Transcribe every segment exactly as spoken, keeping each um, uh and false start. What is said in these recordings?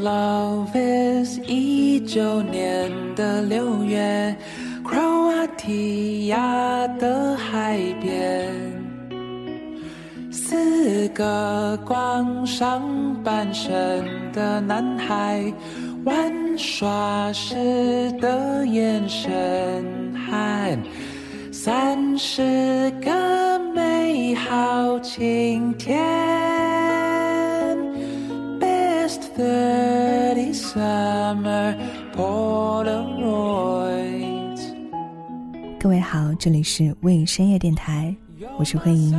love is 一九年的六月，克罗埃提亚的海边，四个光上半身的男孩玩耍时的眼神，和三十个美好晴天。Best thirty summer Polaroids。 各位好，这里是为深夜电台，我是慧莹。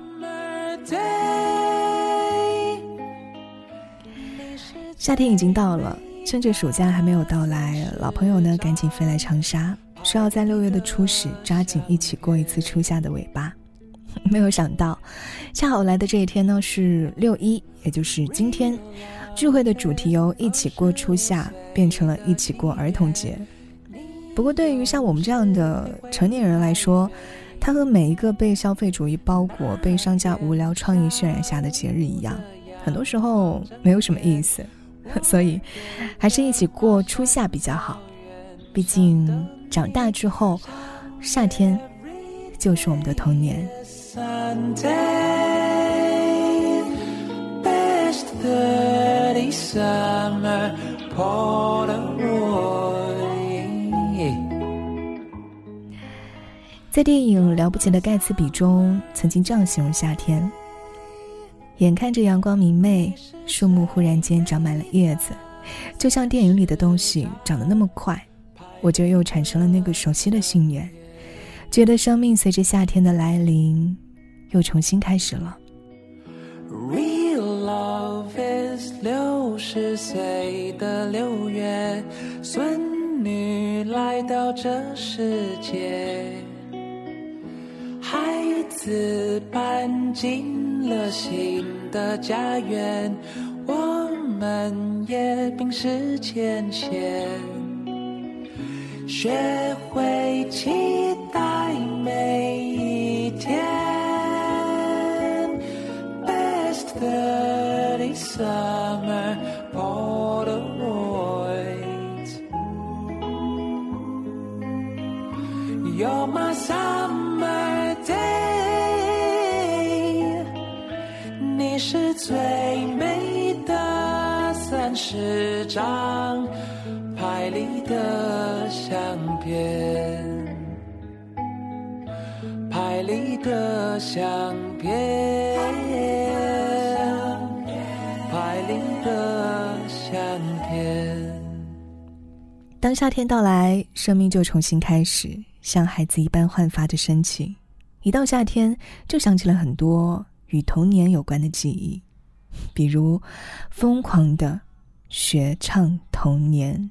夏天已经到了，趁着暑假还没有到来，老朋友呢赶紧飞来长沙，说要在六月的初始抓紧一起过一次初夏的尾巴。没有想到恰好来的这一天呢是六一，也就是今天，聚会的主题由一起过初夏变成了一起过儿童节。不过对于像我们这样的成年人来说，它和每一个被消费主义包裹、被商家无聊创意渲染下的节日一样，很多时候没有什么意思，所以还是一起过初夏比较好。毕竟长大之后，夏天就是我们的童年。 Best thirty summer Polaroid。 在电影《了不起的盖茨比》中曾经这样形容夏天：眼看着阳光明媚，树木忽然间长满了叶子，就像电影里的东西长得那么快，我就又产生了那个熟悉的信念，觉得生命随着夏天的来临又重新开始了。 Real love is 六十岁的六月，孙女来到这世界，孩子搬进了新的家园，我们也冰释前嫌，学会期待每一天。 Best thirty summer Polaroids。 You're my summer day， 你是最美的三十张拍立的相片，拍立的相片，拍立的相片。 当夏天到来，生命就重新开始，像孩子一般焕发着深情。一到夏天，就想起了很多与童年有关的记忆，比如疯狂的学唱童年。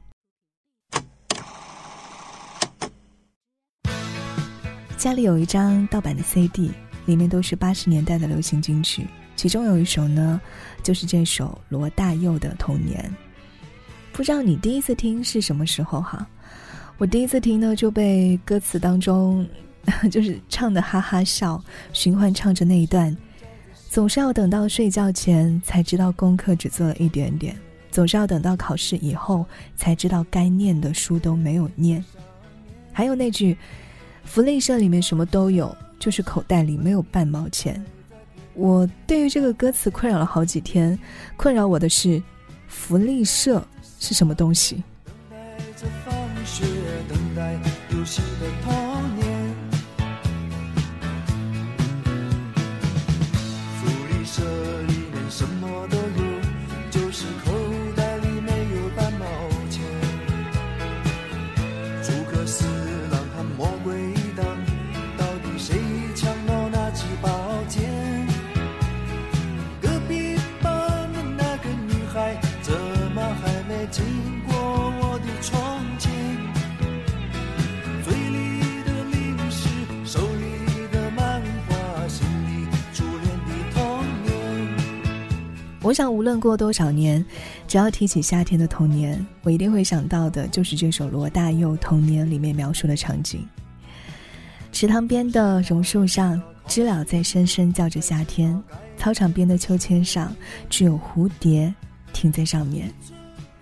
家里有一张盗版的 C D， 里面都是八十年代的流行金曲，其中有一首呢，就是这首罗大佑的《童年》。不知道你第一次听是什么时候哈？我第一次听呢，就被歌词当中就是唱的哈哈笑，循环唱着那一段，总是要等到睡觉前才知道功课只做了一点点，总是要等到考试以后才知道该念的书都没有念。还有那句福利社里面什么都有，就是口袋里没有半毛钱。我对于这个歌词困扰了好几天，困扰我的是福利社是什么东西。 等待着放学，等待游戏的童年，福利社里面什么都有，就是口袋里没有半毛钱。诸葛四郎和魔鬼党，到底谁抢到那支宝剑？隔壁班的那个女孩，怎么还没经过我的窗前？嘴里的零食，手里的漫画，心里初恋的童年。 我想无论过多少年，只要提起夏天的童年，我一定会想到的就是这首罗大佑《童年》里面描述的场景。池塘边的榕树上，知了在深深叫着夏天，操场边的秋千上，只有蝴蝶停在上面。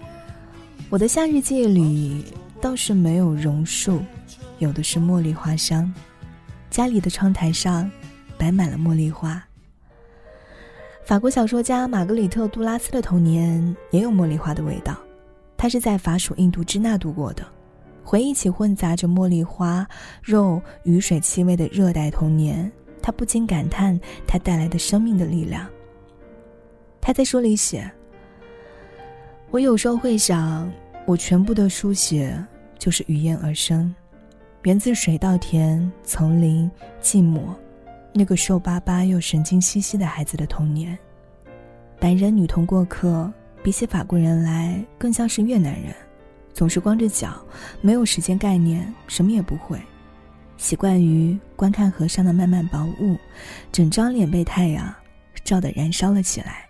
我的夏日记忆里倒是没有榕树，有的是茉莉花香。家里的窗台上摆满了茉莉花。法国小说家玛格丽特·杜拉斯的童年也有茉莉花的味道，他是在法属印度支那度过的，回忆起混杂着茉莉花、肉、雨水气味的热带童年，他不禁感叹它带来的生命的力量。他在书里写，我有时候会想，我全部的书写就是于焉而生，源自水稻田、丛林、寂寞，那个瘦巴巴又神经兮兮的孩子的童年。白人女童过客，比起法国人来更像是越南人，总是光着脚，没有时间概念，什么也不会，习惯于观看河上的漫漫薄雾，整张脸被太阳照得燃烧了起来。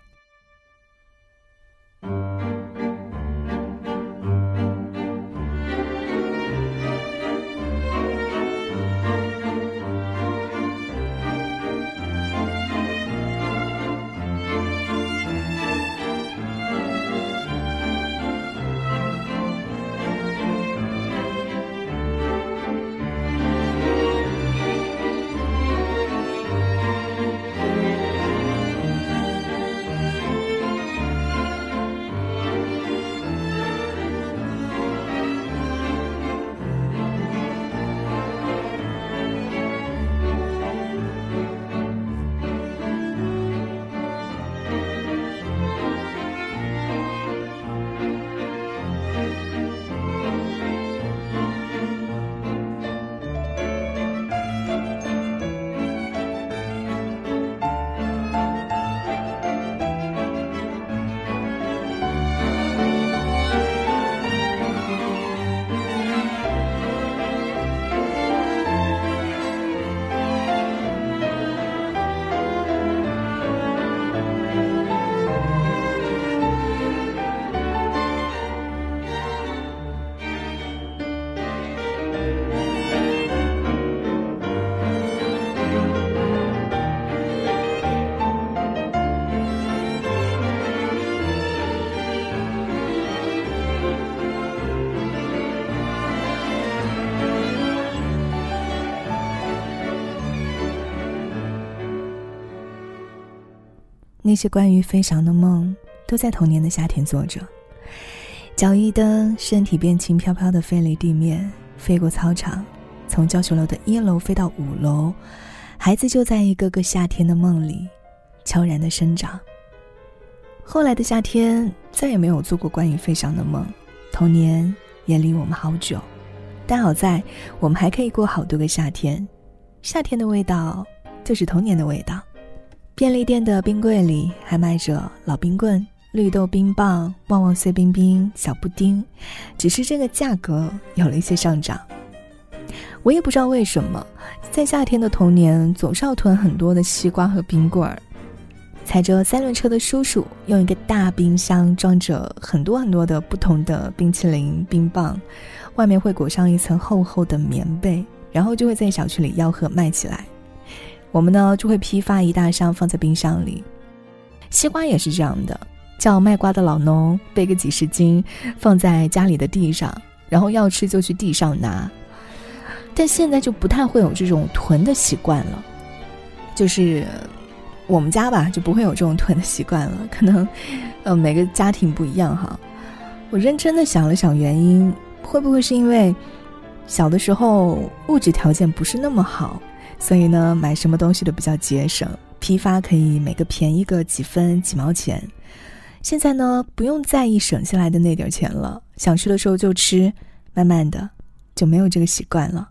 那些关于飞翔的梦都在童年的夏天做着，脚一蹬，身体便轻飘飘地飞离地面，飞过操场，从教学楼的一楼飞到五楼，孩子就在一个个夏天的梦里悄然地生长。后来的夏天再也没有做过关于飞翔的梦，童年也离我们好久，但好在我们还可以过好多个夏天，夏天的味道就是童年的味道。便利店的冰柜里还卖着老冰棍、绿豆冰棒、旺旺碎冰冰、小布丁，只是这个价格有了一些上涨。我也不知道为什么，在夏天的童年总是要囤很多的西瓜和冰棍儿。踩着三轮车的叔叔用一个大冰箱装着很多很多的不同的冰淇淋、冰棒，外面会裹上一层厚厚的棉被，然后就会在小区里吆喝卖起来。我们呢就会批发一大箱放在冰箱里。西瓜也是这样的，叫卖瓜的老农背个几十斤放在家里的地上，然后要吃就去地上拿。但现在就不太会有这种囤的习惯了，就是我们家吧就不会有这种囤的习惯了，可能呃每个家庭不一样哈。我认真的想了想原因，会不会是因为小的时候物质条件不是那么好，所以呢买什么东西都比较节省，批发可以每个便宜个几分几毛钱。现在呢不用在意省下来的那点钱了，想吃的时候就吃，慢慢的就没有这个习惯了。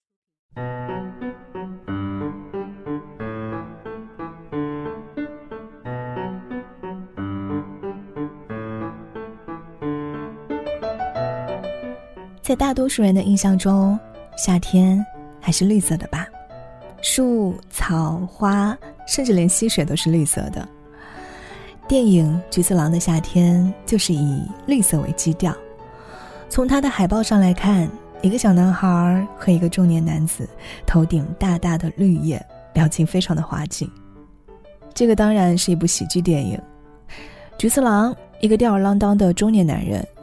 在大多数人的印象中，夏天还是绿色的吧，树、草、花，甚至连溪水都是绿色的。电影《菊次郎的夏天》就是以绿色为基调。从它的海报上来看，一个小男孩和一个中年男子，头顶大大的绿叶，表情非常的滑稽。这个当然是一部喜剧电影。菊次郎，一个吊儿郎当的中年男人，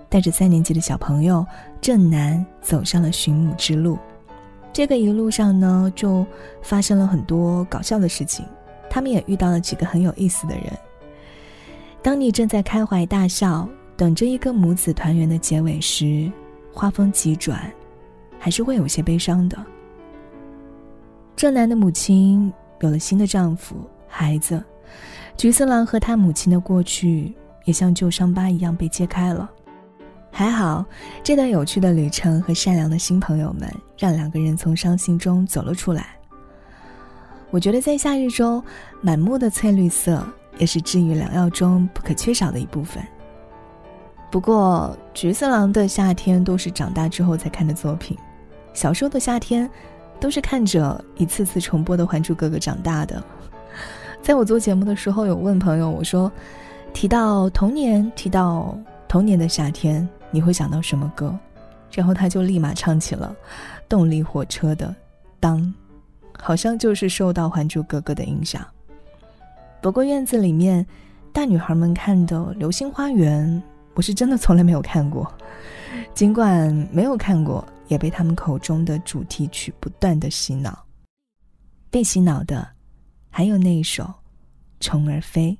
带着三年级的小朋友正南走上了寻母之路。这个一路上呢，就发生了很多搞笑的事情，他们也遇到了几个很有意思的人。当你正在开怀大笑，等着一个母子团圆的结尾时，画风急转，还是会有些悲伤的。正南的母亲有了新的丈夫、孩子，菊次郎和他母亲的过去也像旧伤疤一样被揭开了。还好，这段有趣的旅程和善良的新朋友们，让两个人从伤心中走了出来。我觉得在夏日中，满目的翠绿色也是治愈良药中不可缺少的一部分。不过菊次郎的夏天都是长大之后才看的作品，小时候的夏天都是看着一次次重播的《还珠格格》长大的。在我做节目的时候，有问朋友，我说提到童年，提到童年的夏天，你会想到什么歌？然后他就立马唱起了动力火车的当，好像就是受到《还珠格格》的影响。不过院子里面大女孩们看的《流星花园》，我是真的从来没有看过，尽管没有看过，也被他们口中的主题曲不断的洗脑。被洗脑的还有那一首《虫儿飞》。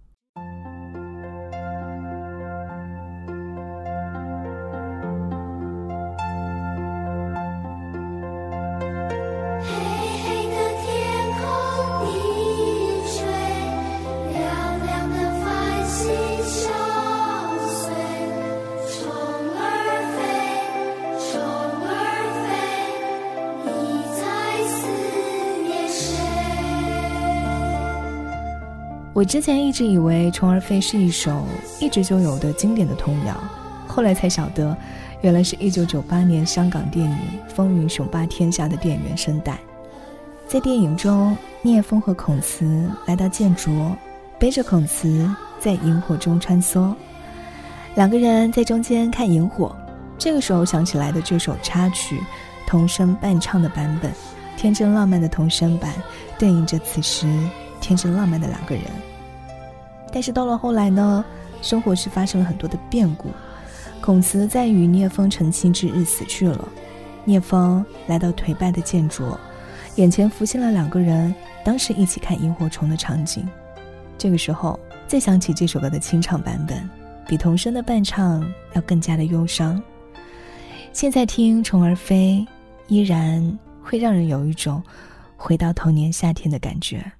我之前一直以为《虫儿飞》是一首一直就有的经典的童谣，后来才晓得原来是一九九八年香港电影《风云雄霸天下》的电影原声带。在电影中，聂风和孔慈来到建卓，背着孔慈在萤火中穿梭，两个人在中间看萤火。这个时候想起来的这首插曲童声伴唱的版本，天真浪漫的童声版对应着此时天真浪漫的两个人。但是到了后来呢，生活是发生了很多的变故。孔慈在与聂风成亲之日死去了，聂风来到颓败的建卓，眼前浮现了两个人当时一起看萤火虫的场景。这个时候再想起这首歌的清唱版本，比童声的伴唱要更加的忧伤。现在听《虫儿飞》，依然会让人有一种回到童年夏天的感觉。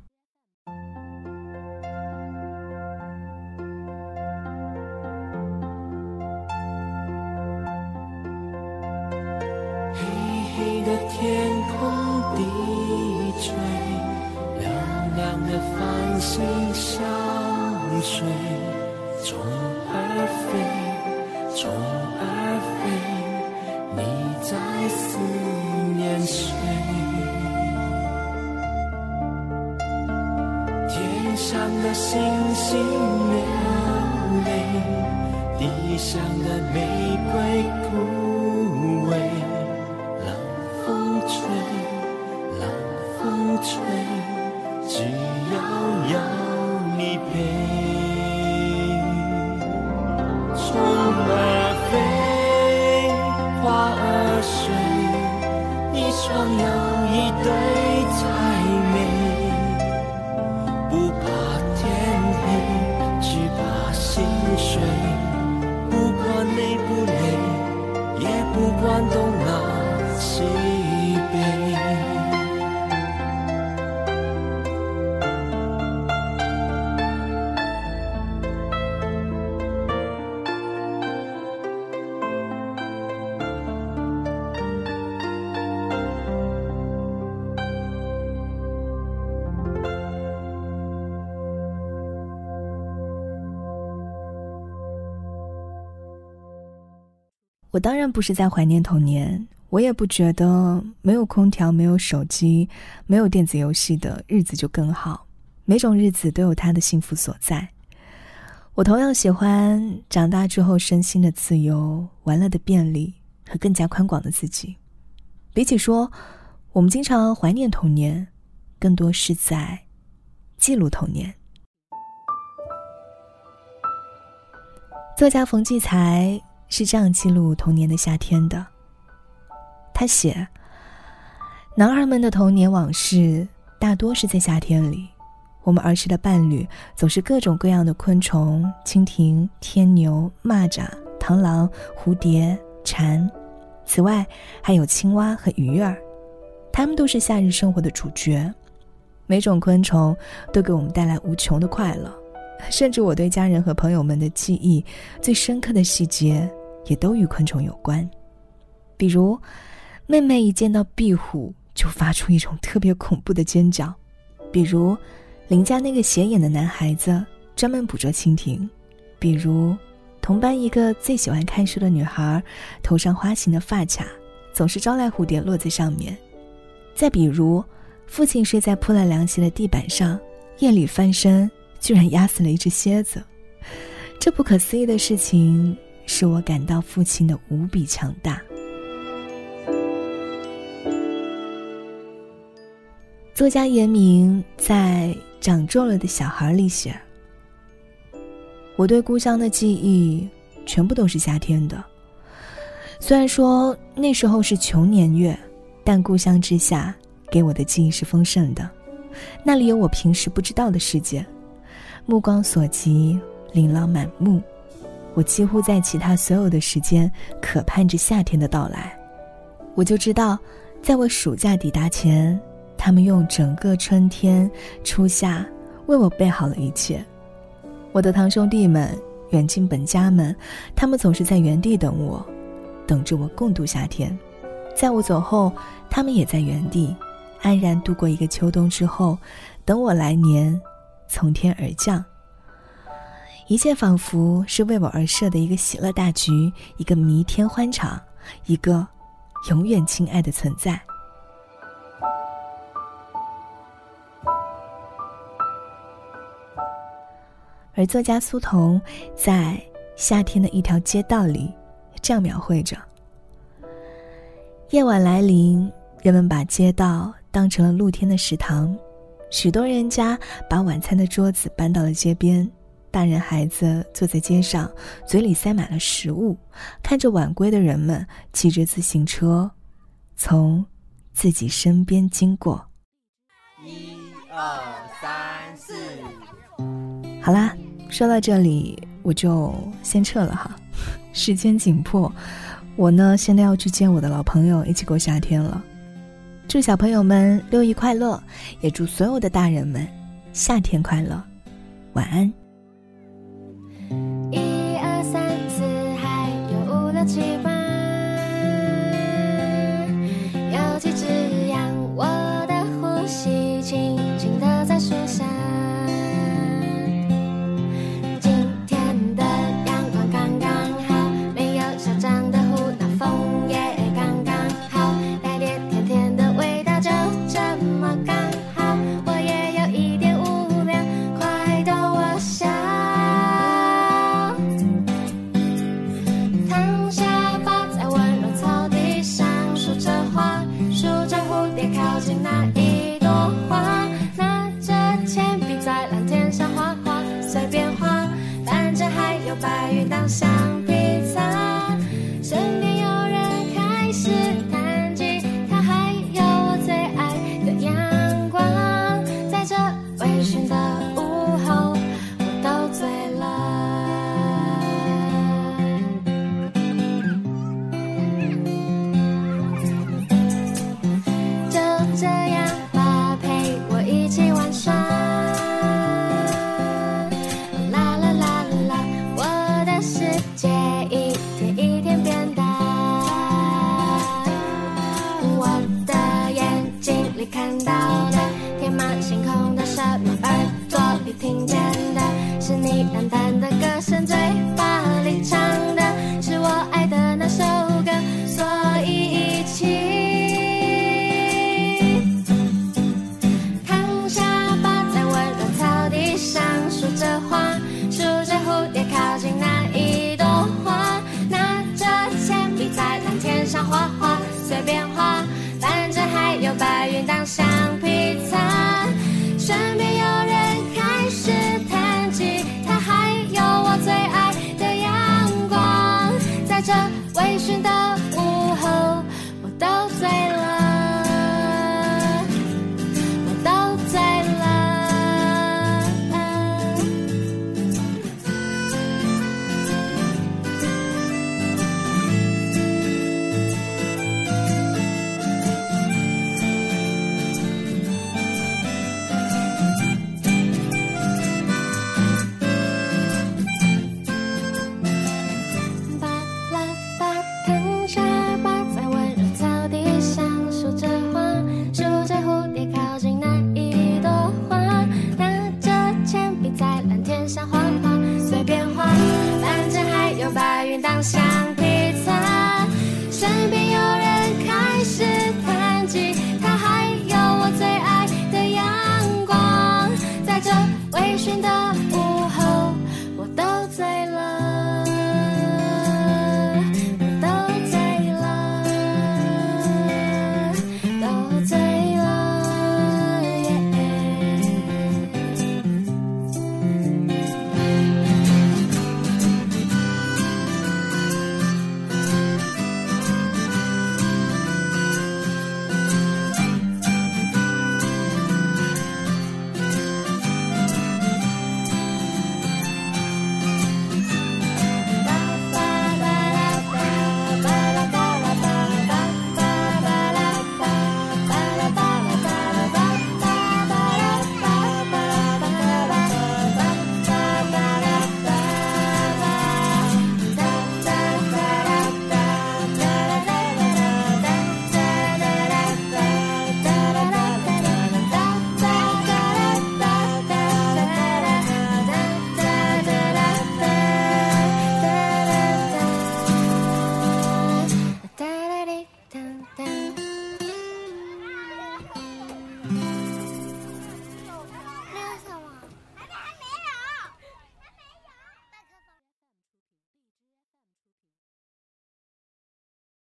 天空低垂，亮亮的繁星相随，虫儿飞，虫儿飞，你在思念谁？天上的星星流泪，地上的玫瑰枯萎，吹，冷风吹，只要有你陪。虫儿飞，花儿睡，一双又一对才美。不怕天黑，只怕心碎。不管累不累，也不管东南西北。 我当然不是在怀念童年，我也不觉得没有空调、没有手机、没有电子游戏的日子就更好，每种日子都有它的幸福所在。我同样喜欢长大之后身心的自由、玩乐的便利和更加宽广的自己。比起说我们经常怀念童年，更多是在记录童年。作家冯骥才是这样记录童年的夏天的。他写，男孩们的童年往事大多是在夏天里，我们儿时的伴侣总是各种各样的昆虫，蜻蜓、天牛、蚂蚱、螳螂、蝴蝶、蝉，此外还有青蛙和鱼儿，它们都是夏日生活的主角。每种昆虫都给我们带来无穷的快乐，甚至我对家人和朋友们的记忆最深刻的细节也都与昆虫有关。比如妹妹一见到壁虎就发出一种特别恐怖的尖叫，比如邻家那个斜眼的男孩子专门捕捉蜻蜓，比如同班一个最喜欢看书的女孩头上花形的发卡总是招来蝴蝶落在上面，再比如父亲睡在铺了凉席的地板上，夜里翻身居然压死了一只蝎子。这不可思议的事情使我感到父亲的无比强大。作家严明在《长皱了的小孩》里写，我对故乡的记忆全部都是夏天的。虽然说那时候是穷年月，但故乡之下给我的记忆是丰盛的，那里有我平时不知道的世界，目光所及，琳琅满目。我几乎在其他所有的时间渴盼着夏天的到来。我就知道，在我暑假抵达前，他们用整个春天、初夏为我备好了一切。我的堂兄弟们、远近本家们，他们总是在原地等我，等着我共度夏天。在我走后，他们也在原地安然度过一个秋冬之后，等我来年从天而降。一切仿佛是为我而设的一个喜乐大局，一个弥天欢场，一个永远亲爱的存在。而作家苏童在《夏天的一条街道》里这样描绘着：夜晚来临，人们把街道当成了露天的食堂，许多人家把晚餐的桌子搬到了街边，大人孩子坐在街上，嘴里塞满了食物，看着晚归的人们骑着自行车从自己身边经过。 一二三四。 好啦，说到这里我就先撤了哈，时间紧迫，我呢现在要去见我的老朋友一起过夏天了。祝小朋友们六一快乐，也祝所有的大人们夏天快乐，晚安。 一二三四，还有五六七八，有几只羊，我的呼吸轻轻地在树下。今天的阳光刚刚好，没有小长的胡闹，风也刚刚好，带点甜甜的味道，就这么刚好。我也有一点无聊，快逗我笑。躺下吧，在温柔草地上数着花，数着蝴蝶靠近那一朵花，拿着铅笔在蓝天上画画，随便画，反正还有白云当橡皮擦。身边有人开始弹吉他，还有我最爱的阳光，在这微醺的午后，我都醉了。就这样吧，陪我一起玩耍。啦啦啦啦啦，我的世界一天一天变大。我的眼睛里看到的，天马行空的什么，耳朵里听见的，是你淡淡的歌声，嘴巴里唱的是我爱的那首歌，所以一起躺下吧，在温柔草地上数着花，数着蝴蝶靠近那一朵花，拿着铅笔在蓝天上画画，随便画，反正还有白云当橡皮擦。身边有人开始弹吉他，还有我最爱的阳光，在这寻的